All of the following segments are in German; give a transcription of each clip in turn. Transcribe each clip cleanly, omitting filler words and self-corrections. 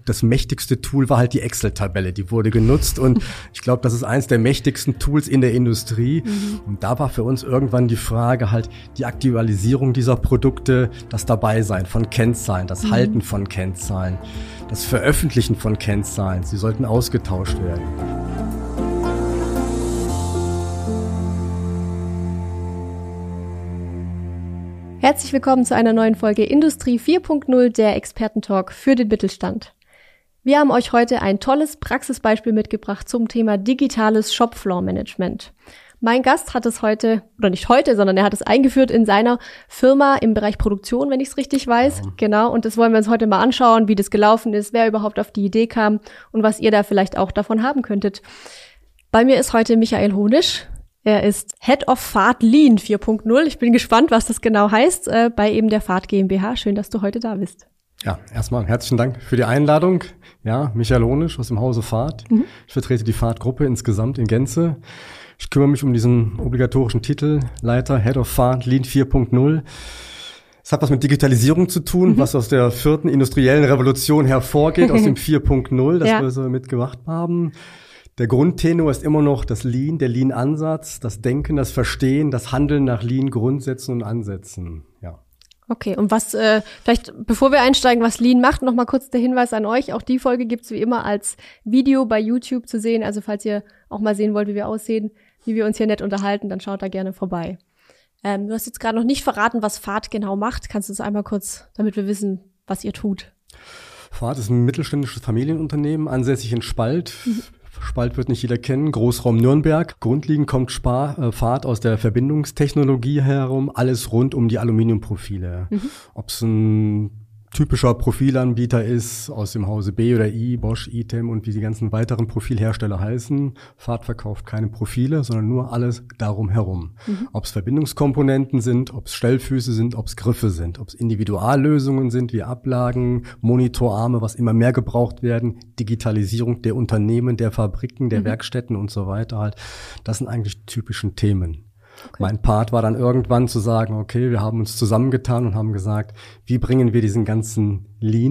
das mächtigste Tool war halt die Excel-Tabelle, die wurde genutzt und ich glaube, das ist eins der mächtigsten Tools in der Industrie. Und da war für uns irgendwann die Frage halt die Aktualisierung dieser Produkte, das Dabeisein von Kennzahlen, das Halten von Kennzahlen, das Veröffentlichen von Kennzahlen. Sie sollten ausgetauscht werden. Herzlich willkommen zu einer neuen Folge Industrie 4.0, der Expertentalk für den Mittelstand. Wir haben euch heute ein tolles Praxisbeispiel mitgebracht zum Thema digitales Shopfloor-Management. Mein Gast hat es heute, oder nicht heute, sondern er hat es eingeführt in seiner Firma im Bereich Produktion, wenn ich es richtig weiß. Ja. Genau, und das wollen wir uns heute mal anschauen, wie das gelaufen ist, wer überhaupt auf die Idee kam und was ihr da vielleicht auch davon haben könntet. Bei mir ist heute Michael Honisch. Er ist Head of Fahrt Lean 4.0. Ich bin gespannt, was das genau heißt, bei eben der Fahrt GmbH. Schön, dass du heute da bist. Ja, erstmal herzlichen Dank für die Einladung. Ja, Michael Honisch aus dem Hause Fahrt. Ich vertrete die Fahrtgruppe insgesamt in Gänze. Ich kümmere mich um diesen obligatorischen Titel, Leiter Head of Fahrt Lean 4.0. Es hat was mit Digitalisierung zu tun, was aus der 4. industriellen Revolution hervorgeht, aus dem 4.0, das wir so mitgemacht haben. Der Grundtenor ist immer noch das Lean, der Lean-Ansatz, das Denken, das Verstehen, das Handeln nach Lean-Grundsätzen und Ansätzen, ja. Okay, und was, vielleicht bevor wir einsteigen, was Lean macht, noch mal kurz der Hinweis an euch. Auch die Folge gibt's wie immer als Video bei YouTube zu sehen. Also falls ihr auch mal sehen wollt, wie wir aussehen, wie wir uns hier nett unterhalten, dann schaut da gerne vorbei. Du hast jetzt gerade noch nicht verraten, was Fahrt genau macht. Kannst du es einmal kurz, damit wir wissen, was ihr tut? Fahrt ist ein mittelständisches Familienunternehmen, ansässig in Spalt. Spalt wird nicht jeder kennen, Großraum Nürnberg. Grundlegend kommt Fahrt aus der Verbindungstechnologie herum, alles rund um die Aluminiumprofile. Ob es ein typischer Profilanbieter ist aus dem Hause B oder I, Bosch, Item und wie die ganzen weiteren Profilhersteller heißen. Fahrt verkauft keine Profile, sondern nur alles darum herum. Ob es Verbindungskomponenten sind, ob es Stellfüße sind, ob es Griffe sind, ob es Individuallösungen sind wie Ablagen, Monitorarme, was immer mehr gebraucht werden, Digitalisierung der Unternehmen, der Fabriken, der Werkstätten und so weiter halt. Das sind eigentlich die typischen Themen. Okay. Mein Part war dann irgendwann zu sagen, okay, wir haben uns zusammengetan und haben gesagt, wie bringen wir diesen ganzen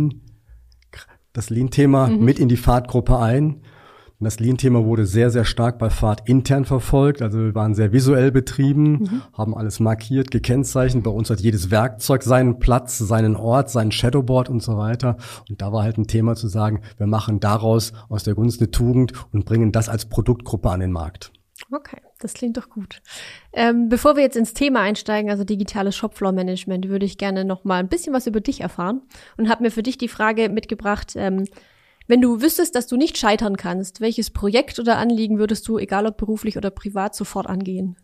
das Lean-Thema mit in die Fahrtgruppe ein. Und das Lean-Thema wurde sehr, sehr stark bei Fahrt intern verfolgt. Also wir waren sehr visuell betrieben, haben alles markiert, gekennzeichnet. Bei uns hat jedes Werkzeug seinen Platz, seinen Ort, seinen Shadowboard und so weiter. Und da war halt ein Thema zu sagen, wir machen daraus aus der Gunst eine Tugend und bringen das als Produktgruppe an den Markt. Okay, das klingt doch gut. Bevor wir jetzt ins Thema einsteigen, also digitales Shopfloor-Management, würde ich gerne noch mal ein bisschen was über dich erfahren und habe mir für dich die Frage mitgebracht, wenn du wüsstest, dass du nicht scheitern kannst, welches Projekt oder Anliegen würdest du, egal ob beruflich oder privat, sofort angehen?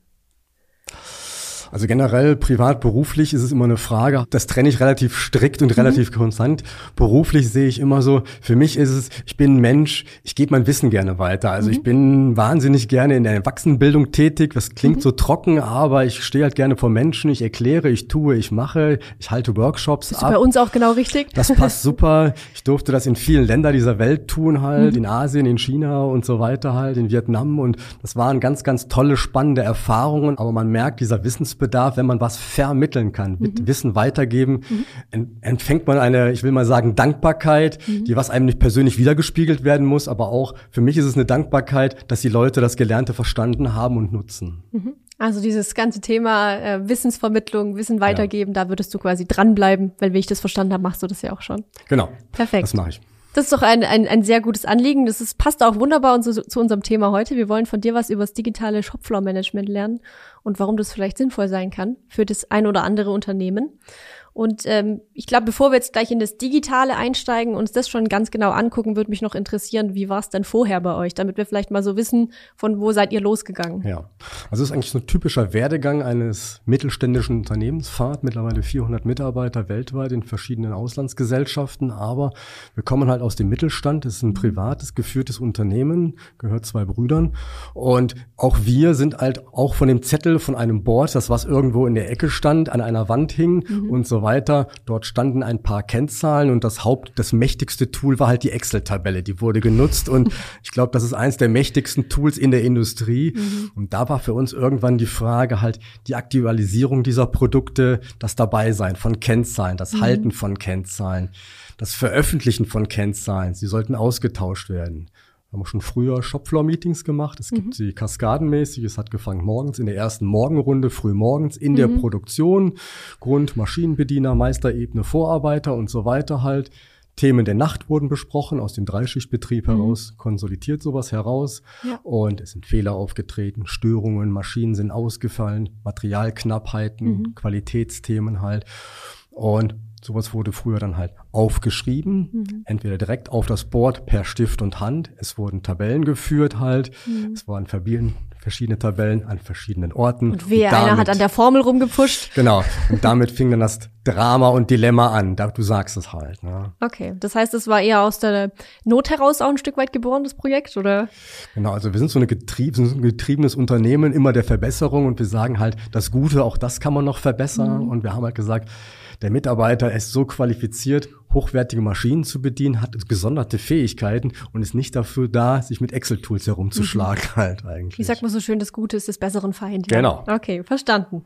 Also generell privat, beruflich ist es immer eine Frage. Das trenne ich relativ strikt und relativ konstant. Beruflich sehe ich immer so, für mich ist es, ich bin ein Mensch, ich gebe mein Wissen gerne weiter. Also ich bin wahnsinnig gerne in der Erwachsenenbildung tätig. Das klingt so trocken, aber ich stehe halt gerne vor Menschen. Ich erkläre, ich tue, ich mache, ich halte Workshops Bist ab. Ist bei uns auch genau richtig? Das passt super. Ich durfte das in vielen Ländern dieser Welt tun halt, in Asien, in China und so weiter halt, in Vietnam. Und das waren ganz, ganz tolle, spannende Erfahrungen. Aber man merkt, dieser Wissensbedarf, wenn man was vermitteln kann, mit Wissen weitergeben, empfängt man eine, ich will mal sagen, Dankbarkeit, die was einem nicht persönlich wiedergespiegelt werden muss, aber auch für mich ist es eine Dankbarkeit, dass die Leute das Gelernte verstanden haben und nutzen. Also dieses ganze Thema Wissensvermittlung, Wissen weitergeben, da würdest du quasi dranbleiben, weil wie ich das verstanden habe, machst du das ja auch schon. Genau. Perfekt. Das mache ich. Das ist doch ein sehr gutes Anliegen. Passt auch wunderbar zu unserem Thema heute. Wir wollen von dir was über das digitale Shopfloor-Management lernen und warum das vielleicht sinnvoll sein kann für das ein oder andere Unternehmen. Und ich glaube, bevor wir jetzt gleich in das Digitale einsteigen und uns das schon ganz genau angucken, würde mich noch interessieren, wie war es denn vorher bei euch, damit wir vielleicht mal so wissen, von wo seid ihr losgegangen? Ja, also es ist eigentlich so ein typischer Werdegang eines mittelständischen Unternehmens. Fahrt mittlerweile 400 Mitarbeiter weltweit in verschiedenen Auslandsgesellschaften, aber wir kommen halt aus dem Mittelstand. Es ist ein privates, geführtes Unternehmen, gehört 2 Brüdern und auch wir sind halt auch von dem Zettel von einem Board, das was irgendwo in der Ecke stand, an einer Wand hing und so so weiter. Dort standen ein paar Kennzahlen und das mächtigste Tool war halt die Excel-Tabelle. Die wurde genutzt und ich glaube, das ist eins der mächtigsten Tools in der Industrie. Und da war für uns irgendwann die Frage halt die Aktualisierung dieser Produkte, das Dabeisein von Kennzahlen, das Halten von Kennzahlen, das Veröffentlichen von Kennzahlen. Sie sollten ausgetauscht werden. Wir haben schon früher Shopfloor-Meetings gemacht. Es gibt sie kaskadenmäßig. Es hat gefangen morgens in der ersten Morgenrunde, frühmorgens in der Produktion. Grund, Maschinenbediener, Meisterebene, Vorarbeiter und so weiter halt. Themen der Nacht wurden besprochen, aus dem Dreischichtbetrieb heraus, konsolidiert sowas heraus. Ja. Und es sind Fehler aufgetreten, Störungen, Maschinen sind ausgefallen, Materialknappheiten, Qualitätsthemen halt. Und sowas wurde früher dann halt aufgeschrieben, entweder direkt auf das Board per Stift und Hand. Es wurden Tabellen geführt halt. Es waren verschiedene Tabellen an verschiedenen Orten. Und einer hat an der Formel rumgepusht. Genau. Und damit fing dann das Drama und Dilemma an. Du sagst es halt. Ne? Okay. Das heißt, es war eher aus der Not heraus auch ein Stück weit geboren, das Projekt, oder? Genau. Also wir sind so ein getriebenes Unternehmen, immer der Verbesserung. Und wir sagen halt, das Gute, auch das kann man noch verbessern. Und wir haben halt gesagt, der Mitarbeiter ist so qualifiziert, hochwertige Maschinen zu bedienen, hat gesonderte Fähigkeiten und ist nicht dafür da, sich mit Excel-Tools herumzuschlagen halt eigentlich. Wie sagt man so schön, das Gute ist des besseren Feind. Ja? Genau. Okay, verstanden.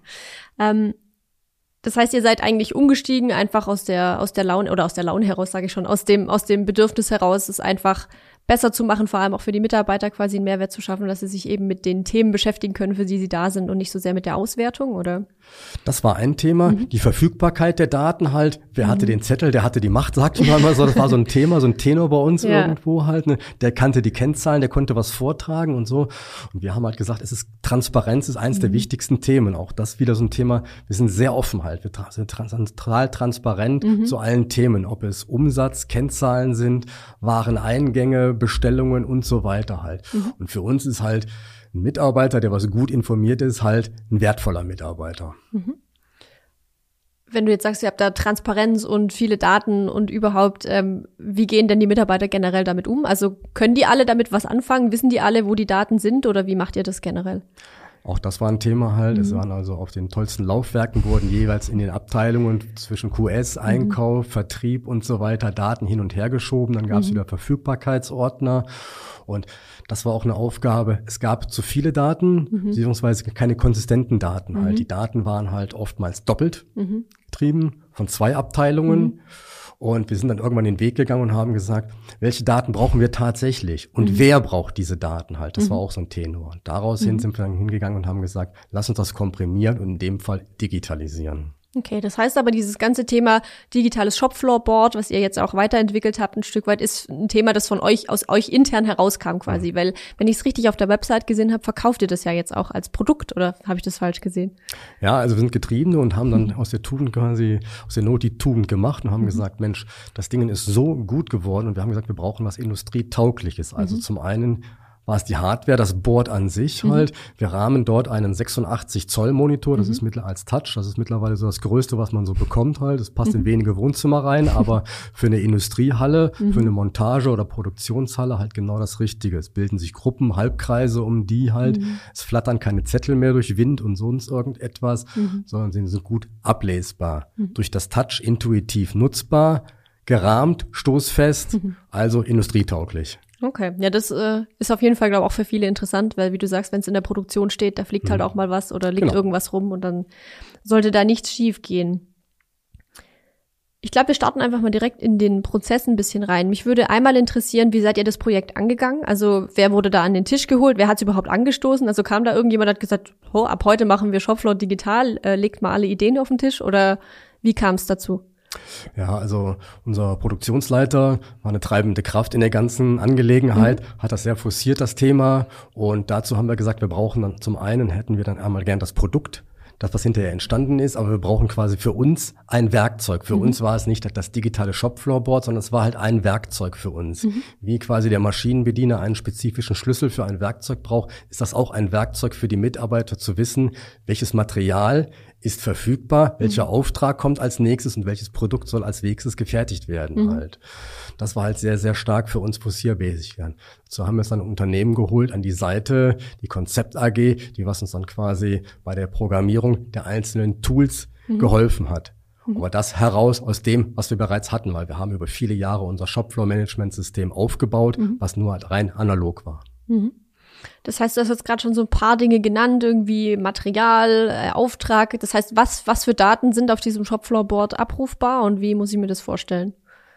Das heißt, ihr seid eigentlich umgestiegen, einfach aus der Laune heraus, sage ich schon, aus dem Bedürfnis heraus, es einfach besser zu machen, vor allem auch für die Mitarbeiter quasi einen Mehrwert zu schaffen, dass sie sich eben mit den Themen beschäftigen können, für die sie da sind und nicht so sehr mit der Auswertung, oder? Das war ein Thema. Die Verfügbarkeit der Daten halt. Wer hatte den Zettel, der hatte die Macht, sagt man mal so. Das war so ein Thema, so ein Tenor bei uns irgendwo halt. Ne? Der kannte die Kennzahlen, der konnte was vortragen und so. Und wir haben halt gesagt, Transparenz ist eines der wichtigsten Themen. Auch das wieder so ein Thema. Wir sind sehr offen halt. Wir sind total transparent zu allen Themen. Ob es Umsatz, Kennzahlen sind, Wareneingänge, Bestellungen und so weiter halt. Und für uns ist halt ein Mitarbeiter, der was gut informiert ist, halt ein wertvoller Mitarbeiter. Wenn du jetzt sagst, ihr habt da Transparenz und viele Daten und überhaupt, wie gehen denn die Mitarbeiter generell damit um? Also können die alle damit was anfangen? Wissen die alle, wo die Daten sind oder wie macht ihr das generell? Auch das war ein Thema halt. Es waren also auf den tollsten Laufwerken wurden jeweils in den Abteilungen zwischen QS, Einkauf, Vertrieb und so weiter Daten hin und her geschoben. Dann gab es wieder Verfügbarkeitsordner und das war auch eine Aufgabe. Es gab zu viele Daten, beziehungsweise keine konsistenten Daten halt. Die Daten waren halt oftmals doppelt getrieben von 2 Abteilungen. Und wir sind dann irgendwann den Weg gegangen und haben gesagt, welche Daten brauchen wir tatsächlich und wer braucht diese Daten halt. Das war auch so ein Tenor. Und daraus hin sind wir dann hingegangen und haben gesagt, lass uns das komprimieren und in dem Fall digitalisieren. Okay, das heißt aber, dieses ganze Thema digitales Shopfloor-Board, was ihr jetzt auch weiterentwickelt habt, ein Stück weit, ist ein Thema, das aus euch intern herauskam quasi. Weil, wenn ich es richtig auf der Website gesehen habe, verkauft ihr das ja jetzt auch als Produkt, oder habe ich das falsch gesehen? Ja, also wir sind Getriebene und haben dann aus der Not die Tugend gemacht und haben gesagt, Mensch, das Ding ist so gut geworden und wir haben gesagt, wir brauchen was Industrietaugliches. Also zum einen war es die Hardware, das Board an sich halt. Wir rahmen dort einen 86 Zoll Monitor, das ist mittlerweile als Touch, das ist mittlerweile so das Größte, was man so bekommt halt. Das passt in wenige Wohnzimmer rein, aber für eine Industriehalle, für eine Montage- oder Produktionshalle halt genau das Richtige. Es bilden sich Gruppen, Halbkreise um die halt. Es flattern keine Zettel mehr durch Wind und sonst irgendetwas, sondern sie sind gut ablesbar. Durch das Touch intuitiv nutzbar, gerahmt, stoßfest, also industrietauglich. Okay, ja, das ist auf jeden Fall, glaube ich, auch für viele interessant, weil, wie du sagst, wenn es in der Produktion steht, da fliegt halt auch mal was oder liegt irgendwas rum und dann sollte da nichts schief gehen. Ich glaube, wir starten einfach mal direkt in den Prozess ein bisschen rein. Mich würde einmal interessieren, wie seid ihr das Projekt angegangen? Also wer wurde da an den Tisch geholt? Wer hat es überhaupt angestoßen? Also kam da irgendjemand, hat gesagt, ab heute machen wir Shopfloor digital, legt mal alle Ideen auf den Tisch oder wie kam es dazu? Ja, also unser Produktionsleiter war eine treibende Kraft in der ganzen Angelegenheit, hat das sehr forciert, das Thema. Und dazu haben wir gesagt, wir brauchen dann hätten wir dann einmal gern das Produkt, das, was hinterher entstanden ist, aber wir brauchen quasi für uns ein Werkzeug. Für uns war es nicht das digitale Shopfloor-Board, sondern es war halt ein Werkzeug für uns. Wie quasi der Maschinenbediener einen spezifischen Schlüssel für ein Werkzeug braucht, ist das auch ein Werkzeug für die Mitarbeiter zu wissen, welches Material ist verfügbar, welcher Auftrag kommt als nächstes und welches Produkt soll als nächstes gefertigt werden halt. Das war halt sehr, sehr stark für uns possierbasic. So haben wir es dann ein Unternehmen geholt an die Seite, die Konzept AG, die was uns dann quasi bei der Programmierung der einzelnen Tools geholfen hat. Aber das heraus aus dem, was wir bereits hatten, weil wir haben über viele Jahre unser Shopfloor-Management-System aufgebaut, was nur halt rein analog war. Das heißt, du hast jetzt gerade schon so ein paar Dinge genannt, irgendwie Material, Auftrag. Das heißt, was für Daten sind auf diesem Shopfloor-Board abrufbar und wie muss ich mir das vorstellen?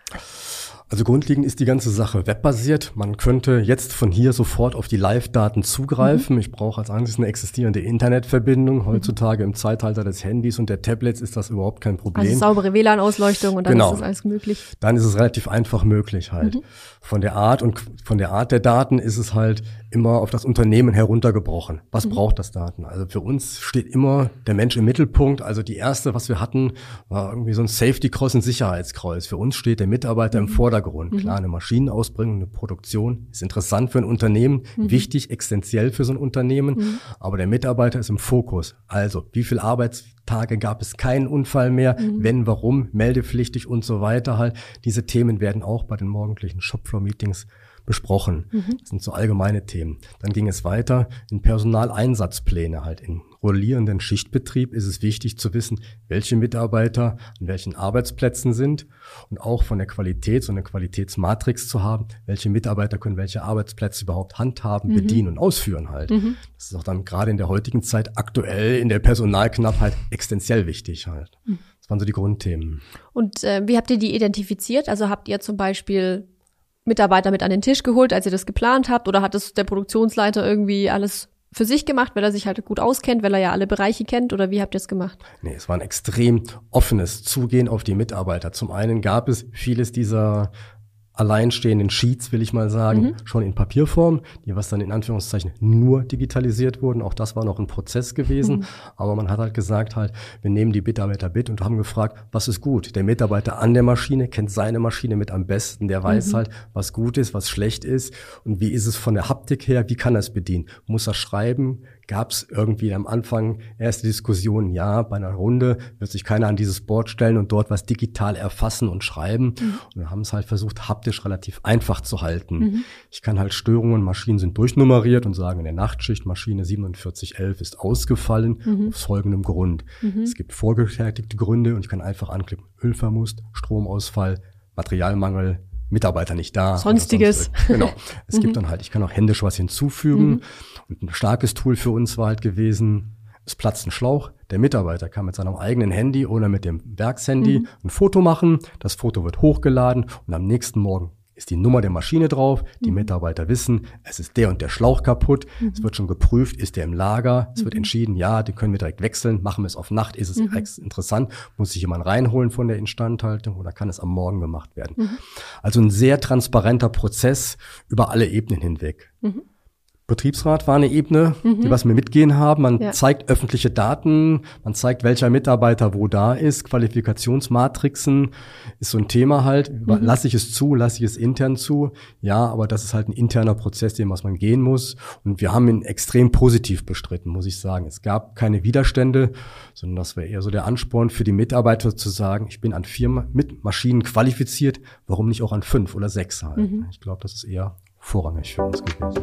Also grundlegend ist die ganze Sache webbasiert. Man könnte jetzt von hier sofort auf die Live-Daten zugreifen. Ich brauche als einziges eine existierende Internetverbindung. Heutzutage im Zeitalter des Handys und der Tablets ist das überhaupt kein Problem. Also saubere WLAN-Ausleuchtung und dann ist das alles möglich. Dann ist es relativ einfach möglich halt. Von der Art der Daten ist es halt immer auf das Unternehmen heruntergebrochen. Was braucht das Daten? Also für uns steht immer der Mensch im Mittelpunkt. Also die erste, was wir hatten, war irgendwie so ein Safety Cross, ein Sicherheitskreuz. Für uns steht der Mitarbeiter im Vordergrund. Klar, eine Maschinenausbringung, eine Produktion ist interessant für ein Unternehmen, wichtig, existenziell für so ein Unternehmen, aber der Mitarbeiter ist im Fokus. Also, wie viele Arbeitstage gab es keinen Unfall mehr, wenn, warum, meldepflichtig und so weiter halt. Diese Themen werden auch bei den morgendlichen Shopfloor-Meetings besprochen. Das sind so allgemeine Themen. Dann ging es weiter in Personaleinsatzpläne halt. In rollierenden Schichtbetrieb ist es wichtig zu wissen, welche Mitarbeiter an welchen Arbeitsplätzen sind und auch von der Qualität so eine Qualitätsmatrix zu haben, welche Mitarbeiter können welche Arbeitsplätze überhaupt handhaben, bedienen und ausführen halt. Das ist auch dann gerade in der heutigen Zeit aktuell in der Personalknappheit existenziell wichtig halt. Das waren so die Grundthemen. Und wie habt ihr die identifiziert? Also habt ihr zum Beispiel Mitarbeiter mit an den Tisch geholt, als ihr das geplant habt? Oder hat es der Produktionsleiter irgendwie alles für sich gemacht, weil er sich halt gut auskennt, weil er ja alle Bereiche kennt? Oder wie habt ihr es gemacht? Nee, es war ein extrem offenes Zugehen auf die Mitarbeiter. Zum einen gab es vieles dieser alleinstehenden Sheets, will ich mal sagen, schon in Papierform, die was dann in Anführungszeichen nur digitalisiert wurden. Auch das war noch ein Prozess gewesen. Aber man hat halt gesagt halt, wir nehmen die Mitarbeiter mit und haben gefragt, was ist gut? Der Mitarbeiter an der Maschine kennt seine Maschine mit am besten. Der weiß halt, was gut ist, was schlecht ist und wie ist es von der Haptik her, wie kann er es bedienen? Muss er schreiben? Gab es irgendwie am Anfang erste Diskussionen? Ja, bei einer Runde wird sich keiner an dieses Board stellen und dort was digital erfassen und schreiben. Und wir haben es halt versucht, haptisch relativ einfach zu halten. Ich kann halt Störungen, Maschinen sind durchnummeriert und sagen, in der Nachtschicht Maschine 4711 ist ausgefallen, aus folgendem Grund. Es gibt vorgefertigte Gründe und ich kann einfach anklicken, Ölverlust, Stromausfall, Materialmangel, Mitarbeiter nicht da. Sonstiges. Genau. Es gibt dann halt, ich kann auch händisch was hinzufügen. Und ein starkes Tool für uns war halt gewesen, es platzt ein Schlauch. Der Mitarbeiter kann mit seinem eigenen Handy oder mit dem Werkshandy ein Foto machen. Das Foto wird hochgeladen und am nächsten Morgen ist die Nummer der Maschine drauf. Die Mitarbeiter wissen, es ist der und der Schlauch kaputt. Es wird schon geprüft, ist der im Lager. Es wird entschieden, ja, den können wir direkt wechseln. Machen wir es auf Nacht, ist es interessant. Muss sich jemand reinholen von der Instandhaltung oder kann es am Morgen gemacht werden? Also ein sehr transparenter Prozess über alle Ebenen hinweg. Betriebsrat war eine Ebene, die was wir mitgehen haben. Man zeigt öffentliche Daten, man zeigt, welcher Mitarbeiter wo da ist. Qualifikationsmatrixen ist so ein Thema halt. Lasse ich es zu, lasse ich es intern zu? Ja, aber das ist halt ein interner Prozess, den was man gehen muss. Und wir haben ihn extrem positiv bestritten, muss ich sagen. Es gab keine Widerstände, sondern das war eher so der Ansporn für die Mitarbeiter zu sagen, ich bin an 4 mit Maschinen qualifiziert, warum nicht auch an 5 oder 6 halt. Ich glaube, das ist eher vorrangig für uns gewesen.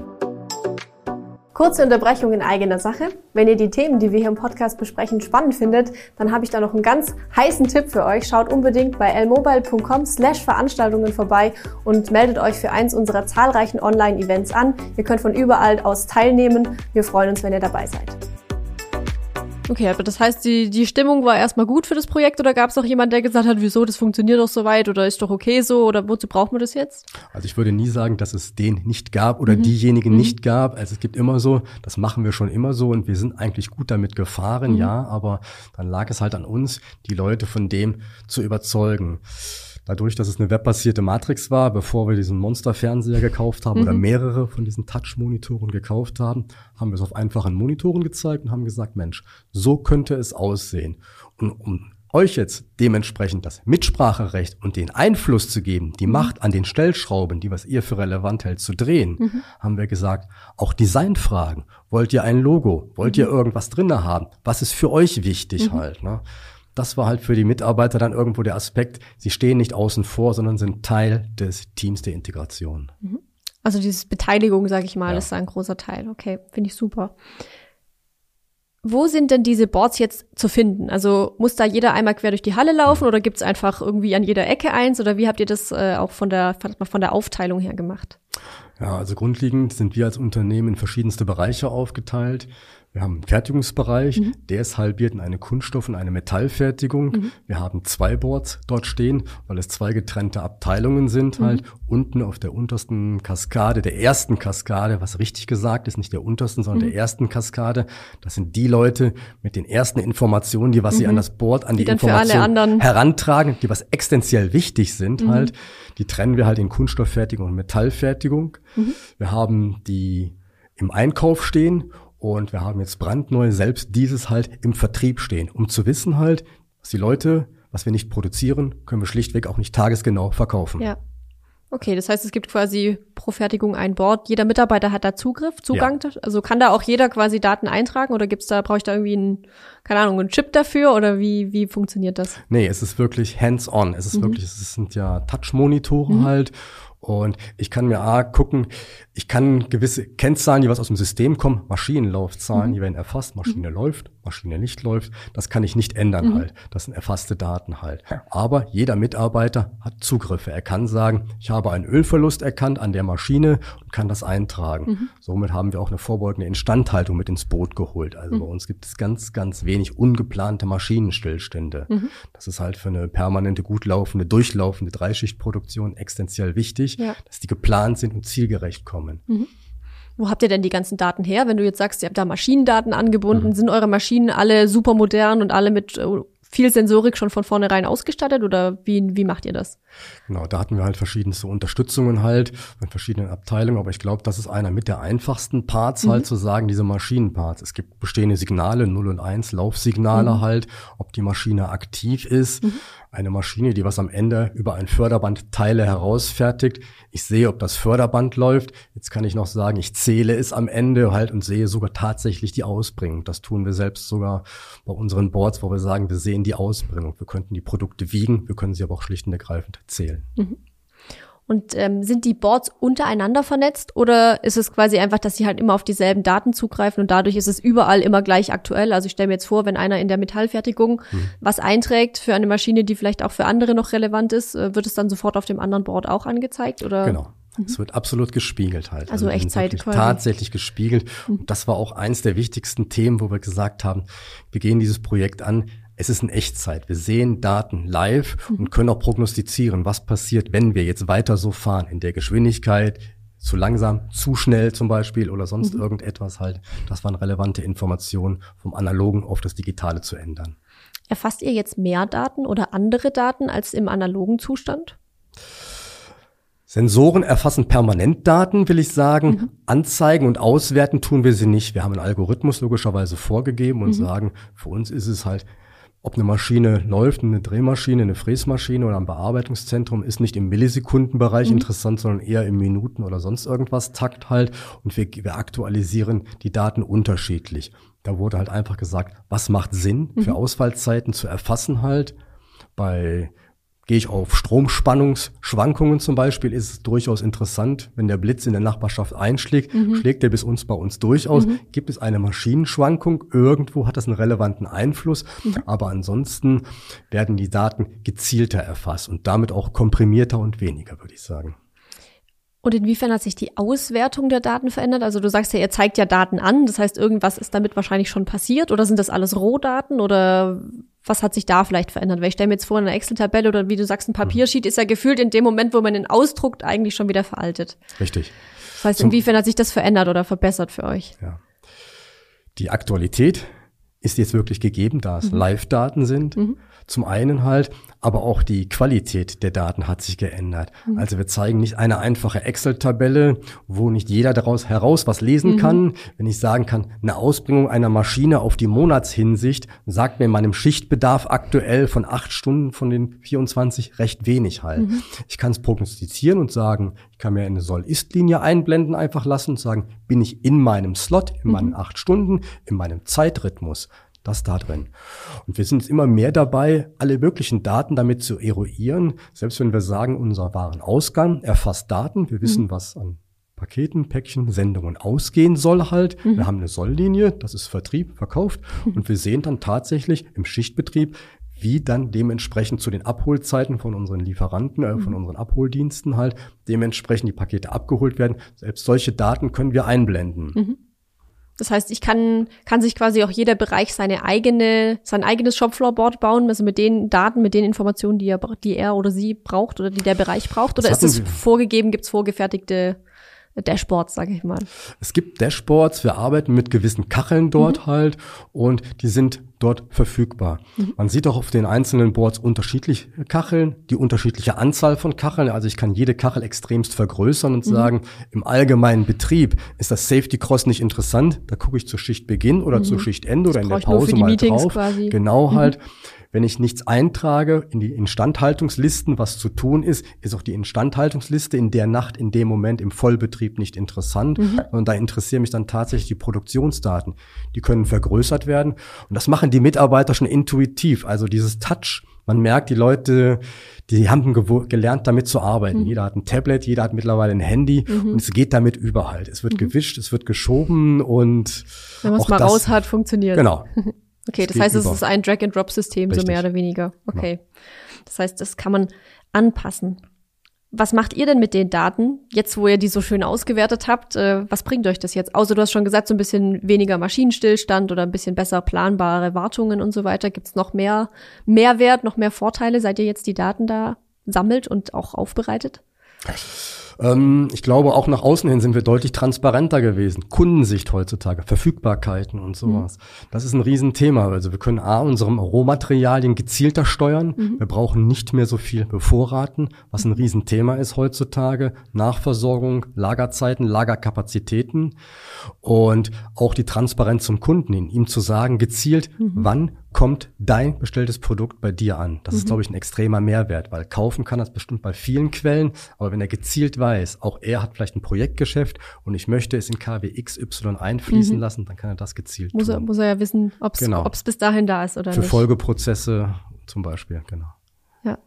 Kurze Unterbrechung in eigener Sache. Wenn ihr die Themen, die wir hier im Podcast besprechen, spannend findet, dann habe ich da noch einen ganz heißen Tipp für euch. Schaut unbedingt bei lmobile.com/Veranstaltungen vorbei und meldet euch für eins unserer zahlreichen Online-Events an. Ihr könnt von überall aus teilnehmen. Wir freuen uns, wenn ihr dabei seid. Okay, aber das heißt, die Stimmung war erstmal gut für das Projekt oder gab es auch jemand, der gesagt hat, wieso, das funktioniert doch so weit oder ist doch okay so oder wozu braucht man das jetzt? Also ich würde nie sagen, dass es den nicht gab oder diejenigen nicht gab. Also es gibt immer so, das machen wir schon immer so und wir sind eigentlich gut damit gefahren, ja, aber dann lag es halt an uns, die Leute von dem zu überzeugen. Dadurch, dass es eine webbasierte Matrix war, bevor wir diesen Monster-Fernseher gekauft haben oder mehrere von diesen Touch-Monitoren gekauft haben, haben wir es auf einfachen Monitoren gezeigt und haben gesagt, Mensch, so könnte es aussehen. Und um euch jetzt dementsprechend das Mitspracherecht und den Einfluss zu geben, die Macht an den Stellschrauben, die was ihr für relevant hält, zu drehen, haben wir gesagt, auch Designfragen. Wollt ihr ein Logo? Wollt ihr irgendwas drinne haben? Was ist für euch wichtig halt, ne? Das war halt für die Mitarbeiter dann irgendwo der Aspekt, sie stehen nicht außen vor, sondern sind Teil des Teams der Integration. Also dieses Beteiligung, sage ich mal, ist da ein großer Teil. Okay, finde ich super. Wo sind denn diese Boards jetzt zu finden? Also muss da jeder einmal quer durch die Halle laufen oder gibt's einfach irgendwie an jeder Ecke eins? Oder wie habt ihr das auch von der Aufteilung her gemacht? Ja, also grundlegend sind wir als Unternehmen in verschiedenste Bereiche aufgeteilt. Wir haben einen Fertigungsbereich, der ist halbiert in eine Kunststoff- und eine Metallfertigung. Wir haben 2 Boards dort stehen, weil es 2 getrennte Abteilungen sind halt. Unten auf der untersten Kaskade, der ersten Kaskade, was richtig gesagt ist, nicht der untersten, sondern der ersten Kaskade. Das sind die Leute mit den ersten Informationen, die was sie an das Board, an die Informationen herantragen, die was existenziell wichtig sind halt. Die trennen wir halt in Kunststofffertigung und Metallfertigung. Wir haben die im Einkauf stehen. Und wir haben jetzt brandneu selbst dieses halt im Vertrieb stehen, um zu wissen halt, was die Leute, was wir nicht produzieren, können wir schlichtweg auch nicht tagesgenau verkaufen. Ja. Okay, das heißt, es gibt quasi pro Fertigung ein Board. Jeder Mitarbeiter hat da Zugang. Ja. Also kann da auch jeder quasi Daten eintragen oder brauche ich da irgendwie einen Chip dafür oder wie funktioniert das? Nee, es ist wirklich hands-on. Es ist wirklich, es sind ja Touch-Monitore halt. Und ich kann mir gucken, ich kann gewisse Kennzahlen, die was aus dem System kommen, Maschinenlaufzahlen, die werden erfasst, Maschine läuft, Maschine nicht läuft, das kann ich nicht ändern halt. Das sind erfasste Daten halt. Aber jeder Mitarbeiter hat Zugriffe. Er kann sagen, ich habe einen Ölverlust erkannt an der Maschine und kann das eintragen. Somit haben wir auch eine vorbeugende Instandhaltung mit ins Boot geholt. Also bei uns gibt es ganz, ganz wenig ungeplante Maschinenstillstände. Das ist halt für eine permanente, gut laufende, durchlaufende Dreischichtproduktion existenziell wichtig, dass die geplant sind und zielgerecht kommen. Wo habt ihr denn die ganzen Daten her? Wenn du jetzt sagst, ihr habt da Maschinendaten angebunden, sind eure Maschinen alle super modern und alle mit viel Sensorik schon von vornherein ausgestattet oder wie macht ihr das? Genau, da hatten wir halt verschiedenste Unterstützungen halt von verschiedenen Abteilungen, aber ich glaube, das ist einer mit der einfachsten Parts halt zu sagen, diese Maschinenparts. Es gibt bestehende Signale, 0 und 1, Laufsignale halt, ob die Maschine aktiv ist. Eine Maschine, die was am Ende über ein Förderband Teile herausfertigt. Ich sehe, ob das Förderband läuft. Jetzt kann ich noch sagen, ich zähle es am Ende halt und sehe sogar tatsächlich die Ausbringung. Das tun wir selbst sogar bei unseren Boards, wo wir sagen, wir sehen die Ausbringung. Wir könnten die Produkte wiegen, wir können sie aber auch schlicht und ergreifend zählen. Und sind die Boards untereinander vernetzt oder ist es quasi einfach, dass sie halt immer auf dieselben Daten zugreifen und dadurch ist es überall immer gleich aktuell? Also ich stelle mir jetzt vor, wenn einer in der Metallfertigung was einträgt für eine Maschine, die vielleicht auch für andere noch relevant ist, wird es dann sofort auf dem anderen Board auch angezeigt? Oder? Genau. Es wird absolut gespiegelt halt. Also Echtzeit quasi. Tatsächlich gespiegelt. Und das war auch eins der wichtigsten Themen, wo wir gesagt haben, wir gehen dieses Projekt an. Es ist in Echtzeit. Wir sehen Daten live und können auch prognostizieren, was passiert, wenn wir jetzt weiter so fahren, in der Geschwindigkeit, zu langsam, zu schnell zum Beispiel oder sonst irgendetwas halt. Das waren relevante Informationen, vom Analogen auf das Digitale zu ändern. Erfasst ihr jetzt mehr Daten oder andere Daten als im analogen Zustand? Sensoren erfassen permanent Daten, will ich sagen. Anzeigen und auswerten tun wir sie nicht. Wir haben einen Algorithmus logischerweise vorgegeben und sagen, für uns ist es halt, ob eine Maschine läuft, eine Drehmaschine, eine Fräsmaschine oder ein Bearbeitungszentrum, ist nicht im Millisekundenbereich interessant, sondern eher im Minuten- oder sonst irgendwas Takt halt. Und wir aktualisieren die Daten unterschiedlich. Da wurde halt einfach gesagt, was macht Sinn für Ausfallzeiten zu erfassen halt. Gehe ich auf Stromspannungsschwankungen zum Beispiel, ist es durchaus interessant, wenn der Blitz in der Nachbarschaft einschlägt, schlägt der bei uns durch aus. Gibt es eine Maschinenschwankung? Irgendwo hat das einen relevanten Einfluss, aber ansonsten werden die Daten gezielter erfasst und damit auch komprimierter und weniger, würde ich sagen. Und inwiefern hat sich die Auswertung der Daten verändert? Also du sagst ja, ihr zeigt ja Daten an, das heißt, irgendwas ist damit wahrscheinlich schon passiert oder sind das alles Rohdaten oder was hat sich da vielleicht verändert? Weil ich stelle mir jetzt vor, eine Excel-Tabelle oder wie du sagst, ein Papiersheet ist ja gefühlt in dem Moment, wo man ihn ausdruckt, eigentlich schon wieder veraltet. Richtig. Das heißt, inwiefern hat sich das verändert oder verbessert für euch? Ja. Die Aktualität ist jetzt wirklich gegeben, da es Live-Daten sind. Zum einen halt, aber auch die Qualität der Daten hat sich geändert. Also wir zeigen nicht eine einfache Excel-Tabelle, wo nicht jeder daraus heraus was lesen kann. Wenn ich sagen kann, eine Ausbringung einer Maschine auf die Monatshinsicht sagt mir in meinem Schichtbedarf aktuell von 8 Stunden von den 24 recht wenig halt. Ich kann es prognostizieren und sagen, ich kann mir eine Soll-Ist-Linie einblenden, einfach lassen und sagen, bin ich in meinem Slot, in meinen 8 Stunden, in meinem Zeitrhythmus. Das da drin. Und wir sind jetzt immer mehr dabei, alle möglichen Daten damit zu eruieren. Selbst wenn wir sagen, unser Warenausgang erfasst Daten, wir wissen, was an Paketen, Päckchen, Sendungen ausgehen soll halt. Wir haben eine Solllinie, das ist Vertrieb, verkauft. Und wir sehen dann tatsächlich im Schichtbetrieb, wie dann dementsprechend zu den Abholzeiten von unseren Lieferanten, von unseren Abholdiensten halt, dementsprechend die Pakete abgeholt werden. Selbst solche Daten können wir einblenden. Das heißt, kann sich quasi auch jeder Bereich sein eigenes Shopfloor-Board bauen, also mit den Daten, mit den Informationen, die er oder sie braucht oder die der Bereich braucht? Oder ist das vorgegeben, gibt's vorgefertigte Dashboards, sage ich mal? Es gibt Dashboards, wir arbeiten mit gewissen Kacheln dort halt und die sind dort verfügbar. Man sieht auch auf den einzelnen Boards unterschiedliche Kacheln, die unterschiedliche Anzahl von Kacheln. Also ich kann jede Kachel extremst vergrößern und sagen, im allgemeinen Betrieb ist das Safety Cross nicht interessant. Da gucke ich zur Schichtbeginn oder zur Schichtende oder in der Pause mal drauf. Quasi. Genau halt. Wenn ich nichts eintrage in die Instandhaltungslisten, was zu tun ist auch die Instandhaltungsliste in der Nacht, in dem Moment im Vollbetrieb nicht interessant. Und da interessieren mich dann tatsächlich die Produktionsdaten. Die können vergrößert werden. Und das machen die Mitarbeiter schon intuitiv. Also dieses Touch, man merkt, die Leute, die haben gelernt, damit zu arbeiten. Jeder hat ein Tablet, jeder hat mittlerweile ein Handy und es geht damit überall. Es wird gewischt, es wird geschoben und wenn man es mal raus hat, funktioniert. Genau. Okay, das heißt, es ist ein Drag-and-Drop-System, so mehr oder weniger. Okay. Genau. Das heißt, das kann man anpassen. Was macht ihr denn mit den Daten, jetzt wo ihr die so schön ausgewertet habt? Was bringt euch das jetzt? Außer du hast schon gesagt, so ein bisschen weniger Maschinenstillstand oder ein bisschen besser planbare Wartungen und so weiter. Gibt es noch mehr Mehrwert, noch mehr Vorteile, seit ihr jetzt die Daten da sammelt und auch aufbereitet? Ich glaube, auch nach außen hin sind wir deutlich transparenter gewesen. Kundensicht heutzutage, Verfügbarkeiten und sowas. Das ist ein Riesenthema. Also wir können unsere Rohmaterialien gezielter steuern. Wir brauchen nicht mehr so viel bevorraten, was ein Riesenthema ist heutzutage. Nachversorgung, Lagerzeiten, Lagerkapazitäten und auch die Transparenz zum Kunden hin, ihm zu sagen, gezielt, wann kommt dein bestelltes Produkt bei dir an. Das ist, glaube ich, ein extremer Mehrwert, weil kaufen kann das bestimmt bei vielen Quellen, aber wenn er gezielt weiß, auch er hat vielleicht ein Projektgeschäft und ich möchte es in KW XY einfließen lassen, dann kann er das gezielt tun. Muss er ja wissen, ob es bis dahin da ist oder nicht. Für Folgeprozesse zum Beispiel, genau. Ja.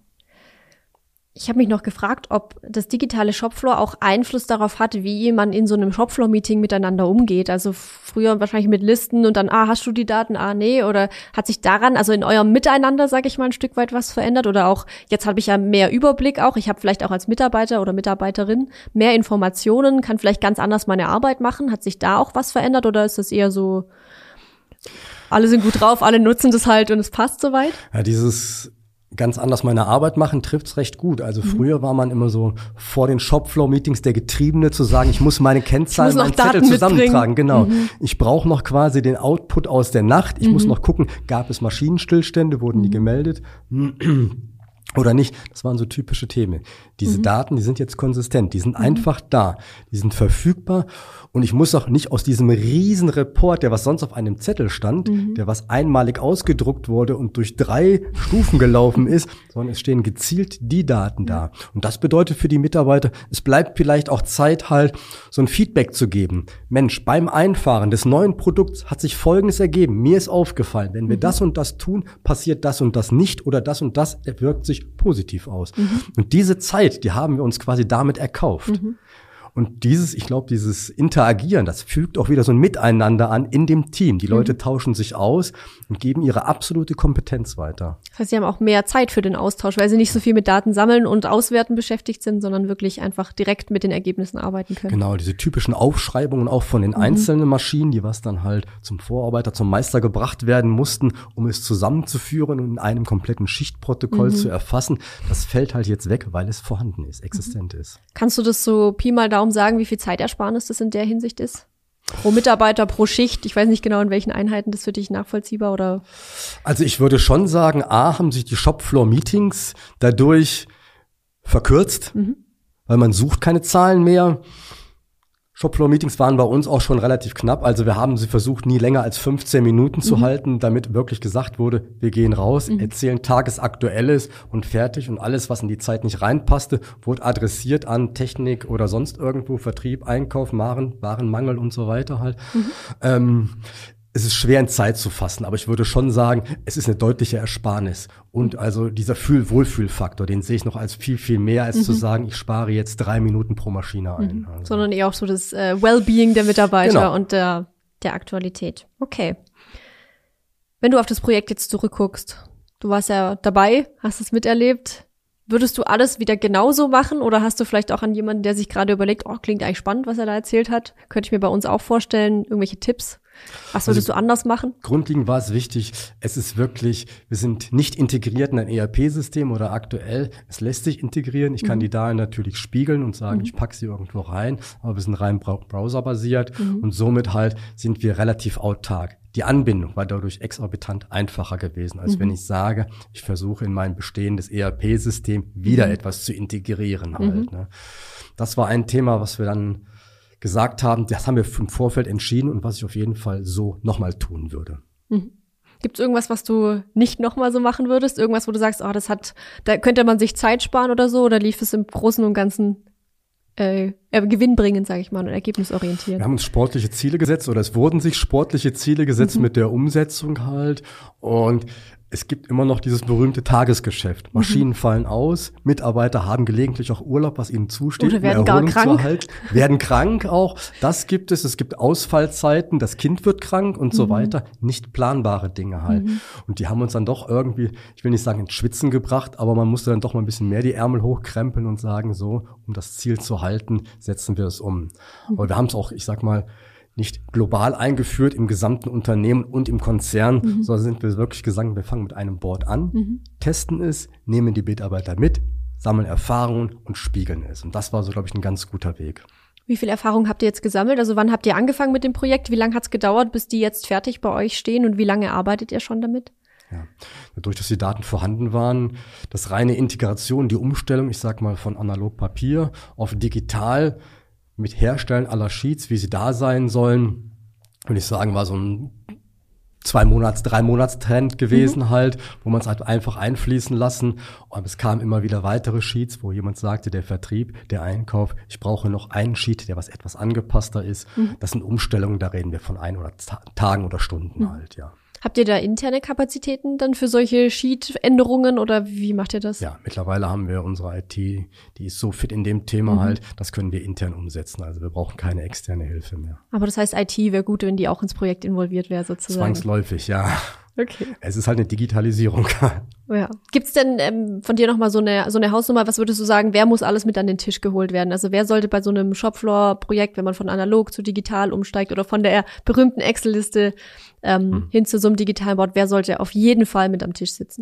Ich habe mich noch gefragt, ob das digitale Shopfloor auch Einfluss darauf hat, wie man in so einem Shopfloor-Meeting miteinander umgeht. Also früher wahrscheinlich mit Listen und dann, hast du die Daten? Nee. Oder hat sich daran, also in eurem Miteinander, sage ich mal, ein Stück weit was verändert? Oder auch, jetzt habe ich ja mehr Überblick auch. Ich habe vielleicht auch als Mitarbeiter oder Mitarbeiterin mehr Informationen, kann vielleicht ganz anders meine Arbeit machen. Hat sich da auch was verändert oder ist das eher so, alle sind gut drauf, alle nutzen das halt und es passt soweit? Ja, dieses ganz anders meine Arbeit machen, trifft's recht gut. Also früher war man immer so vor den Shopfloor-Meetings der Getriebene zu sagen, ich muss meine Kennzahlen, meinen Zettel zusammentragen. Genau. Ich brauche noch quasi den Output aus der Nacht. Ich muss noch gucken, gab es Maschinenstillstände, wurden die gemeldet? Oder nicht, das waren so typische Themen. Diese Daten, die sind jetzt konsistent, die sind einfach da, die sind verfügbar und ich muss auch nicht aus diesem riesen Report, der was sonst auf einem Zettel stand, der was einmalig ausgedruckt wurde und durch 3 Stufen gelaufen ist, sondern es stehen gezielt die Daten da. Und das bedeutet für die Mitarbeiter, es bleibt vielleicht auch Zeit halt, so ein Feedback zu geben. Mensch, beim Einfahren des neuen Produkts hat sich Folgendes ergeben, mir ist aufgefallen, wenn wir das und das tun, passiert das und das nicht oder das und das wirkt sich positiv aus. Und diese Zeit, die haben wir uns quasi damit erkauft. Und ich glaube, dieses Interagieren, das fügt auch wieder so ein Miteinander an in dem Team. Die Leute tauschen sich aus und geben ihre absolute Kompetenz weiter. Das heißt, sie haben auch mehr Zeit für den Austausch, weil sie nicht so viel mit Daten sammeln und auswerten beschäftigt sind, sondern wirklich einfach direkt mit den Ergebnissen arbeiten können. Genau, diese typischen Aufschreibungen auch von den einzelnen Maschinen, die was dann halt zum Vorarbeiter, zum Meister gebracht werden mussten, um es zusammenzuführen und in einem kompletten Schichtprotokoll zu erfassen. Das fällt halt jetzt weg, weil es vorhanden ist, existent ist. Kannst du das so Pi mal Daumen sagen, wie viel Zeitersparnis das in der Hinsicht ist? Pro Mitarbeiter, pro Schicht? Ich weiß nicht genau, in welchen Einheiten das für dich nachvollziehbar oder? Also ich würde schon sagen, haben sich die Shopfloor-Meetings dadurch verkürzt, weil man sucht keine Zahlen mehr. Shopfloor-Meetings waren bei uns auch schon relativ knapp. Also wir haben sie versucht, nie länger als 15 Minuten zu halten, damit wirklich gesagt wurde, wir gehen raus, erzählen Tagesaktuelles und fertig. Und alles, was in die Zeit nicht reinpasste, wurde adressiert an Technik oder sonst irgendwo, Vertrieb, Einkauf, Warenmangel und so weiter halt. es ist schwer in Zeit zu fassen, aber ich würde schon sagen, es ist eine deutliche Ersparnis. Und also dieser Wohlfühlfaktor, den sehe ich noch als viel, viel mehr, als zu sagen, ich spare jetzt 3 Minuten pro Maschine ein. Also. Sondern eher auch so das Wellbeing der Mitarbeiter Genau. und der Aktualität. Okay. Wenn du auf das Projekt jetzt zurückguckst, du warst ja dabei, hast es miterlebt, würdest du alles wieder genauso machen oder hast du vielleicht auch an jemanden, der sich gerade überlegt, klingt eigentlich spannend, was er da erzählt hat? Könnte ich mir bei uns auch vorstellen, irgendwelche Tipps? Was würdest du anders machen? Grundlegend war es wichtig, es ist wirklich, wir sind nicht integriert in ein ERP-System oder aktuell, es lässt sich integrieren. Ich kann die Daten natürlich spiegeln und sagen, ich packe sie irgendwo rein, aber wir sind rein browserbasiert und somit halt sind wir relativ autark. Die Anbindung war dadurch exorbitant einfacher gewesen, als wenn ich sage, ich versuche in mein bestehendes ERP-System wieder etwas zu integrieren halt. Ne? Das war ein Thema, was wir dann gesagt haben, das haben wir im Vorfeld entschieden und was ich auf jeden Fall so nochmal tun würde. Gibt es irgendwas, was du nicht nochmal so machen würdest? Irgendwas, wo du sagst, da könnte man sich Zeit sparen oder so? Oder lief es im Großen und Ganzen gewinnbringend, sage ich mal, und ergebnisorientiert? Wir haben uns sportliche Ziele gesetzt oder es wurden sich sportliche Ziele gesetzt mit der Umsetzung halt und es gibt immer noch dieses berühmte Tagesgeschäft. Maschinen fallen aus, Mitarbeiter haben gelegentlich auch Urlaub, was ihnen zusteht, oder werden um Erholung gar zu krank. erhalten. Werden krank auch. Das gibt es. Es gibt Ausfallzeiten, das Kind wird krank und so weiter. Nicht planbare Dinge halt. Und die haben uns dann doch irgendwie, ich will nicht sagen ins Schwitzen gebracht, aber man musste dann doch mal ein bisschen mehr die Ärmel hochkrempeln und sagen, so, um das Ziel zu halten, setzen wir es um. Aber wir haben es auch, ich sag mal, nicht global eingeführt im gesamten Unternehmen und im Konzern, sondern sind wir wirklich gesagt, wir fangen mit einem Board an, testen es, nehmen die Mitarbeiter mit, sammeln Erfahrungen und spiegeln es. Und das war so, glaube ich, ein ganz guter Weg. Wie viel Erfahrung habt ihr jetzt gesammelt? Also wann habt ihr angefangen mit dem Projekt? Wie lange hat es gedauert, bis die jetzt fertig bei euch stehen und wie lange arbeitet ihr schon damit? Ja, dadurch, dass die Daten vorhanden waren, das reine Integration, die Umstellung, ich sag mal, von analog Papier auf digital, mit Herstellen aller Sheets, wie sie da sein sollen, würde ich sagen, war so ein 3-Monats-Trend gewesen halt, wo man es halt einfach einfließen lassen. Und es kamen immer wieder weitere Sheets, wo jemand sagte, der Vertrieb, der Einkauf, ich brauche noch einen Sheet, der was etwas angepasster ist. Das sind Umstellungen, da reden wir von 1 oder Tagen oder Stunden halt, ja. Habt ihr da interne Kapazitäten dann für solche Sheet-Änderungen oder wie macht ihr das? Ja, mittlerweile haben wir unsere IT, die ist so fit in dem Thema halt, das können wir intern umsetzen. Also wir brauchen keine externe Hilfe mehr. Aber das heißt, IT wäre gut, wenn die auch ins Projekt involviert wäre sozusagen. Zwangsläufig, ja. Okay. Es ist halt eine Digitalisierung. Ja. Gibt's denn von dir nochmal so eine Hausnummer, was würdest du sagen, wer muss alles mit an den Tisch geholt werden? Also wer sollte bei so einem Shopfloor-Projekt, wenn man von analog zu digital umsteigt oder von der berühmten Excel-Liste hin zu so einem digitalen Board, wer sollte auf jeden Fall mit am Tisch sitzen?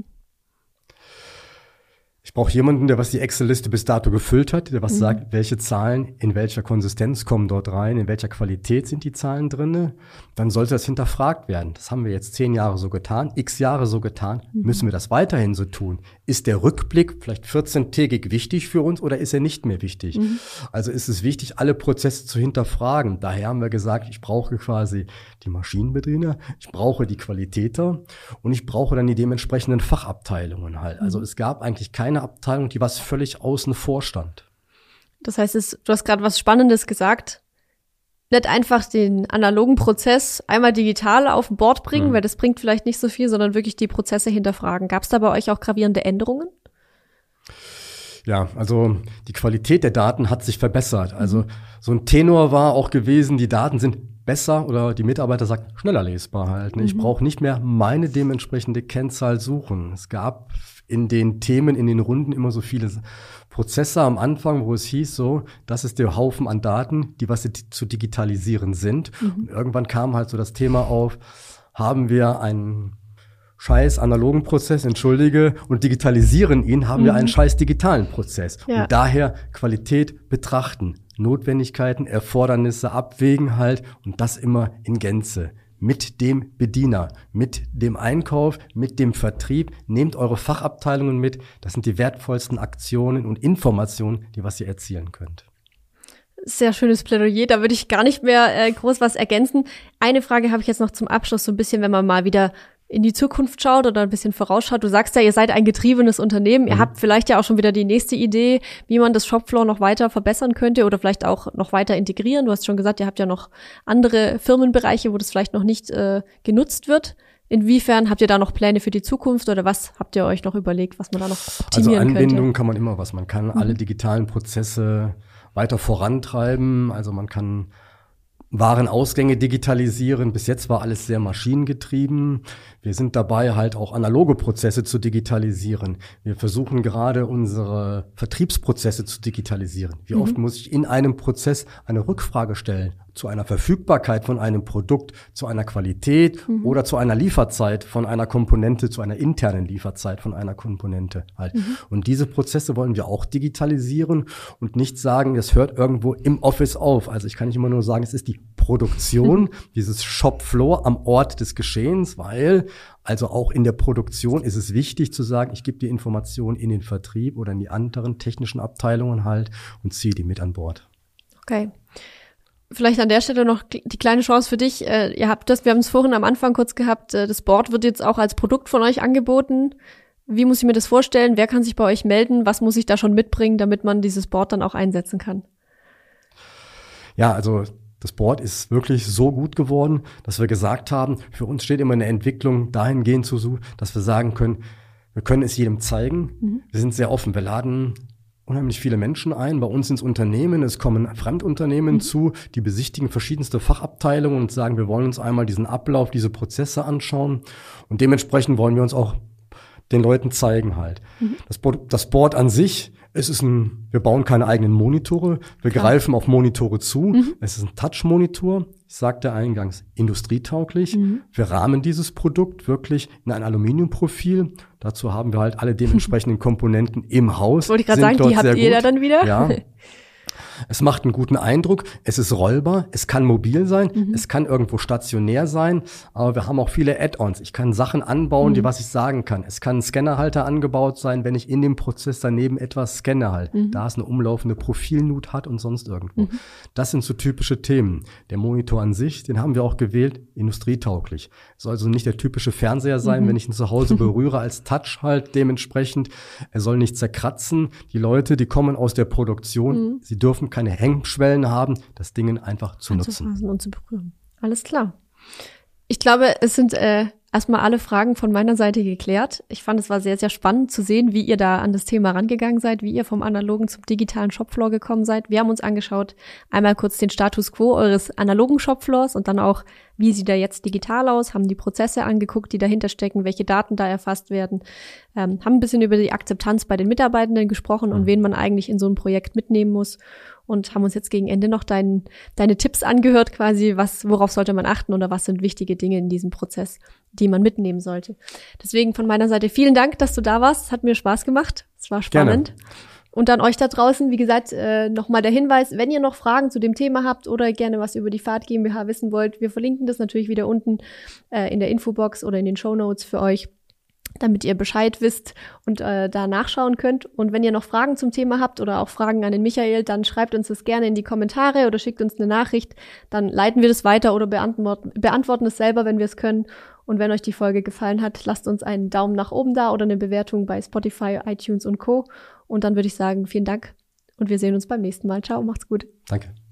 Ich brauche jemanden, der was die Excel-Liste bis dato gefüllt hat, der was sagt, welche Zahlen in welcher Konsistenz kommen dort rein, in welcher Qualität sind die Zahlen drinne. Dann sollte das hinterfragt werden. Das haben wir jetzt 10 Jahre so getan, x Jahre so getan. Müssen wir das weiterhin so tun? Ist der Rückblick vielleicht 14-tägig wichtig für uns oder ist er nicht mehr wichtig? Also ist es wichtig, alle Prozesse zu hinterfragen. Daher haben wir gesagt, ich brauche quasi die Maschinenbediener, ich brauche die Qualitäter und ich brauche dann die dementsprechenden Fachabteilungen halt. Also es gab eigentlich keine Abteilung, die was völlig außen vor stand. Das heißt, du hast gerade was Spannendes gesagt. Nicht einfach den analogen Prozess einmal digital auf ein Board bringen, weil das bringt vielleicht nicht so viel, sondern wirklich die Prozesse hinterfragen. Gab es da bei euch auch gravierende Änderungen? Ja, also die Qualität der Daten hat sich verbessert. Also so ein Tenor war auch gewesen, die Daten sind besser oder die Mitarbeiter sagen, schneller lesbar halt. Ne? Ich brauche nicht mehr meine dementsprechende Kennzahl suchen. Es gab in den Themen, in den Runden immer so viele Prozesse am Anfang, wo es hieß so, das ist der Haufen an Daten, die was zu digitalisieren sind. Und irgendwann kam halt so das Thema auf, haben wir einen scheiß analogen Prozess, und digitalisieren ihn, haben wir einen scheiß digitalen Prozess. Ja. Und daher Qualität betrachten, Notwendigkeiten, Erfordernisse abwägen halt und das immer in Gänze. Mit dem Bediener, mit dem Einkauf, mit dem Vertrieb. Nehmt eure Fachabteilungen mit. Das sind die wertvollsten Aktionen und Informationen, die was ihr erzielen könnt. Sehr schönes Plädoyer, da würde ich gar nicht mehr groß was ergänzen. Eine Frage habe ich jetzt noch zum Abschluss, so ein bisschen, wenn man mal wieder in die Zukunft schaut oder ein bisschen vorausschaut. Du sagst ja, ihr seid ein getriebenes Unternehmen. Ihr habt vielleicht ja auch schon wieder die nächste Idee, wie man das Shopfloor noch weiter verbessern könnte oder vielleicht auch noch weiter integrieren. Du hast schon gesagt, ihr habt ja noch andere Firmenbereiche, wo das vielleicht noch nicht genutzt wird. Inwiefern habt ihr da noch Pläne für die Zukunft oder was habt ihr euch noch überlegt, was man da noch optimieren könnte? Also Anbindung kann man immer was. Man kann alle digitalen Prozesse weiter vorantreiben. Also man kann Warenausgänge digitalisieren. Bis jetzt war alles sehr maschinengetrieben. Wir sind dabei, halt auch analoge Prozesse zu digitalisieren. Wir versuchen gerade, unsere Vertriebsprozesse zu digitalisieren. Wie oft muss ich in einem Prozess eine Rückfrage stellen zu einer Verfügbarkeit von einem Produkt, zu einer Qualität oder zu einer Lieferzeit von einer Komponente, zu einer internen Lieferzeit von einer Komponente halt. Und diese Prozesse wollen wir auch digitalisieren und nicht sagen, es hört irgendwo im Office auf. Also ich kann nicht immer nur sagen, es ist die Produktion, dieses Shopfloor am Ort des Geschehens, weil also auch in der Produktion ist es wichtig zu sagen, ich gebe die Informationen in den Vertrieb oder in die anderen technischen Abteilungen halt und ziehe die mit an Bord. Okay. Vielleicht an der Stelle noch die kleine Chance für dich. Wir haben es vorhin am Anfang kurz gehabt, das Board wird jetzt auch als Produkt von euch angeboten. Wie muss ich mir das vorstellen? Wer kann sich bei euch melden? Was muss ich da schon mitbringen, damit man dieses Board dann auch einsetzen kann? Ja, also das Board ist wirklich so gut geworden, dass wir gesagt haben, für uns steht immer eine Entwicklung dahingehend zu, dass wir sagen können, wir können es jedem zeigen. Wir sind sehr offen. Wir laden unheimlich viele Menschen ein, bei uns ins Unternehmen. Es kommen Fremdunternehmen zu, die besichtigen verschiedenste Fachabteilungen und sagen, wir wollen uns einmal diesen Ablauf, diese Prozesse anschauen. Und dementsprechend wollen wir uns auch den Leuten zeigen halt. Das Board an sich, wir bauen keine eigenen Monitore, wir greifen auf Monitore zu. Es ist ein Touch-Monitor, ich sagte eingangs, industrietauglich. Wir rahmen dieses Produkt wirklich in ein Aluminiumprofil. Dazu haben wir halt alle dementsprechenden Komponenten im Haus. Wollte ich gerade sagen, die habt ihr da dann wieder? Ja. Es macht einen guten Eindruck, es ist rollbar, es kann mobil sein, es kann irgendwo stationär sein, aber wir haben auch viele Add-ons. Ich kann Sachen anbauen, was ich sagen kann. Es kann ein Scannerhalter angebaut sein, wenn ich in dem Prozess daneben etwas scanne halt. Da es eine umlaufende Profilnut hat und sonst irgendwo. Das sind so typische Themen. Der Monitor an sich, den haben wir auch gewählt, industrietauglich. Es soll also nicht der typische Fernseher sein, wenn ich ihn zu Hause berühre als Touch halt dementsprechend. Er soll nicht zerkratzen. Die Leute, die kommen aus der Produktion, sie dürfen keine Hemmschwellen haben, das Ding einfach zu nutzen. Und zu berühren. Alles klar. Ich glaube, es sind erstmal alle Fragen von meiner Seite geklärt. Ich fand, es war sehr, sehr spannend zu sehen, wie ihr da an das Thema rangegangen seid, wie ihr vom analogen zum digitalen Shopfloor gekommen seid. Wir haben uns angeschaut, einmal kurz den Status quo eures analogen Shopfloors und dann auch, wie sieht er jetzt digital aus, haben die Prozesse angeguckt, die dahinter stecken, welche Daten da erfasst werden, haben ein bisschen über die Akzeptanz bei den Mitarbeitenden gesprochen und wen man eigentlich in so ein Projekt mitnehmen muss. Und haben uns jetzt gegen Ende noch deine Tipps angehört, quasi, worauf sollte man achten oder was sind wichtige Dinge in diesem Prozess, die man mitnehmen sollte. Deswegen von meiner Seite vielen Dank, dass du da warst. Es hat mir Spaß gemacht. Es war spannend. Gerne. Und an euch da draußen, wie gesagt, nochmal der Hinweis, wenn ihr noch Fragen zu dem Thema habt oder gerne was über die Fahrt GmbH wissen wollt, wir verlinken das natürlich wieder unten in der Infobox oder in den Shownotes für euch, damit ihr Bescheid wisst und da nachschauen könnt. Und wenn ihr noch Fragen zum Thema habt oder auch Fragen an den Michael, dann schreibt uns das gerne in die Kommentare oder schickt uns eine Nachricht. Dann leiten wir das weiter oder beantworten es selber, wenn wir es können. Und wenn euch die Folge gefallen hat, lasst uns einen Daumen nach oben da oder eine Bewertung bei Spotify, iTunes und Co. Und dann würde ich sagen, vielen Dank und wir sehen uns beim nächsten Mal. Ciao, macht's gut. Danke.